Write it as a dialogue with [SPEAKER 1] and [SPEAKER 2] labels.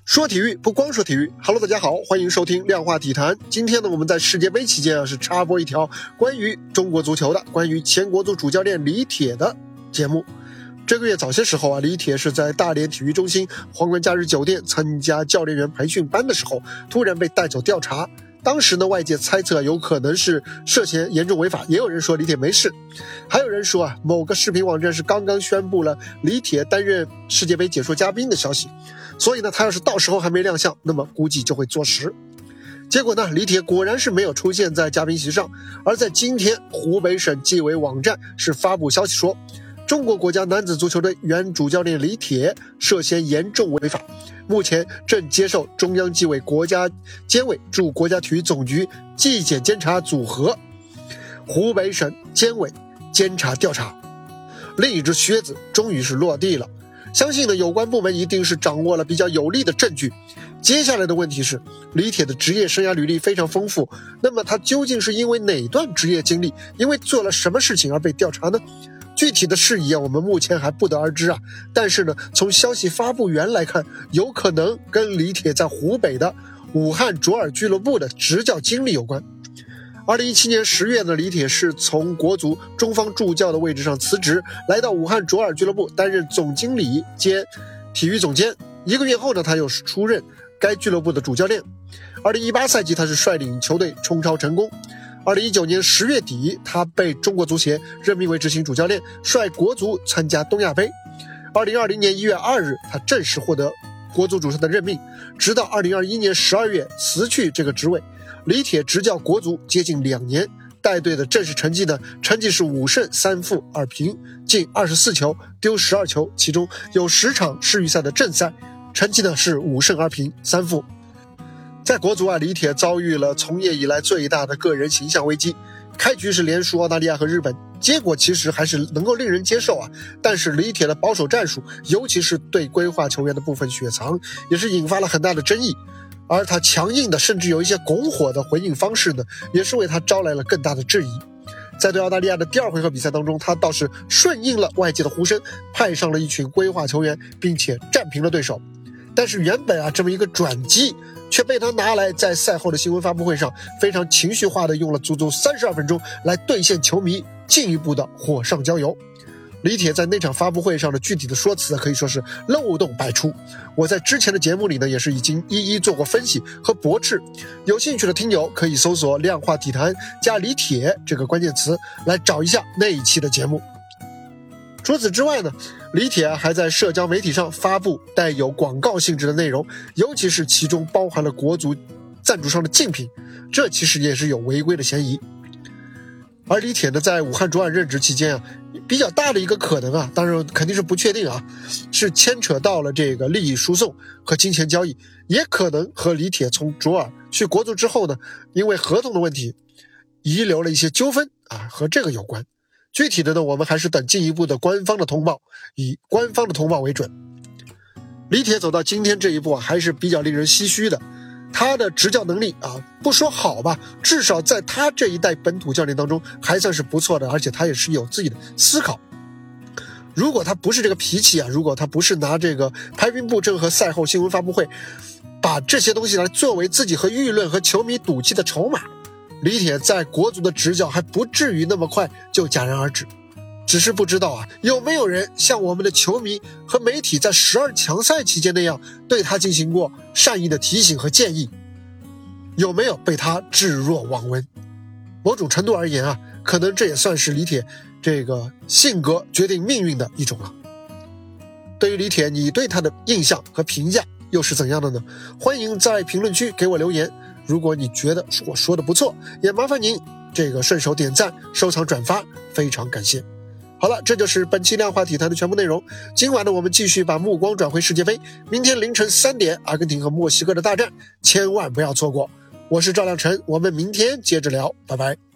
[SPEAKER 1] 说体育不光说体育 ，Hello， 大家好，欢迎收听量化体坛。今天呢，我们在世界杯期间是插播一条关于中国足球的，关于前国足主教练李铁的节目。这个月早些时候李铁是在大连体育中心皇冠假日酒店参加教练员培训班的时候，突然被带走调查。当时呢，外界猜测有可能是涉嫌严重违法，也有人说李铁没事，还有人说某个视频网站是刚刚宣布了李铁担任世界杯解说嘉宾的消息，所以呢，他要是到时候还没亮相，那么估计就会坐实。结果呢，李铁果然是没有出现在嘉宾席上，而在今天，湖北省纪委网站是发布消息说，中国国家男子足球队原主教练李铁涉嫌严重违法，目前正接受中央纪委国家监委驻国家体育总局纪检监察组和湖北省监委监察调查。另一只靴子终于是落地了，相信呢，有关部门一定是掌握了比较有力的证据。接下来的问题是，李铁的职业生涯履历非常丰富，那么他究竟是因为哪段职业经历，因为做了什么事情而被调查呢？具体的事宜我们目前还不得而知但是呢，从消息发布源来看，有可能跟李铁在湖北的武汉卓尔俱乐部的执教经历有关。2017年10月呢，李铁是从国足中方助教的位置上辞职，来到武汉卓尔俱乐部担任总经理兼体育总监。1个月后呢，他又是出任该俱乐部的主教练。2018赛季他是率领球队冲超成功。2019年10月底，他被中国足协任命为执行主教练，率国足参加东亚杯。2020年1月2日，他正式获得国足主帅的任命，直到2021年12月辞去这个职位。李铁执教国足接近2年，带队的正式成绩是5胜3负2平，进24球，丢12球，其中有10场世预赛的正赛，成绩是5胜2平3负。在国足李铁遭遇了从业以来最大的个人形象危机。开局是连输澳大利亚和日本，结果其实还是能够令人接受但是李铁的保守战术，尤其是对规划球员的部分雪藏，也是引发了很大的争议。而他强硬的甚至有一些拱火的回应方式呢，也是为他招来了更大的质疑。在对澳大利亚的第2回合比赛当中，他倒是顺应了外界的呼声，派上了一群规划球员，并且战平了对手。但是原本这么一个转机却被他拿来在赛后的新闻发布会上非常情绪化的用了足足32分钟来兑现球迷进一步的火上浇油。李铁在那场发布会上的具体的说辞可以说是漏洞百出，我在之前的节目里呢也是已经一一做过分析和驳斥，有兴趣的听友可以搜索量化体坛加李铁这个关键词来找一下那一期的节目。除此之外呢，李铁还在社交媒体上发布带有广告性质的内容，尤其是其中包含了国足赞助商的竞品，这其实也是有违规的嫌疑。而李铁呢，在武汉卓尔任职期间比较大的一个可能当然肯定是不确定是牵扯到了这个利益输送和金钱交易，也可能和李铁从卓尔去国足之后呢，因为合同的问题遗留了一些纠纷和这个有关。具体的呢，我们还是等进一步的官方的通报，以官方的通报为准。李铁走到今天这一步还是比较令人唏嘘的。他的执教能力不说好吧，至少在他这一代本土教练当中还算是不错的，而且他也是有自己的思考。如果他不是这个脾气如果他不是拿这个排兵布阵和赛后新闻发布会把这些东西来作为自己和舆论和球迷赌气的筹码，李铁在国足的执教还不至于那么快就戛然而止。只是不知道有没有人像我们的球迷和媒体在12强赛期间那样对他进行过善意的提醒和建议，有没有被他置若罔闻？某种程度而言可能这也算是李铁这个性格决定命运的一种了。对于李铁，你对他的印象和评价又是怎样的呢？欢迎在评论区给我留言。如果你觉得我说的不错，也麻烦您顺手点赞、收藏、转发，非常感谢。好了，这就是本期量化体坛的全部内容。今晚呢，我们继续把目光转回世界杯。明天凌晨3点，阿根廷和墨西哥的大战，千万不要错过。我是赵亮晨，我们明天接着聊，拜拜。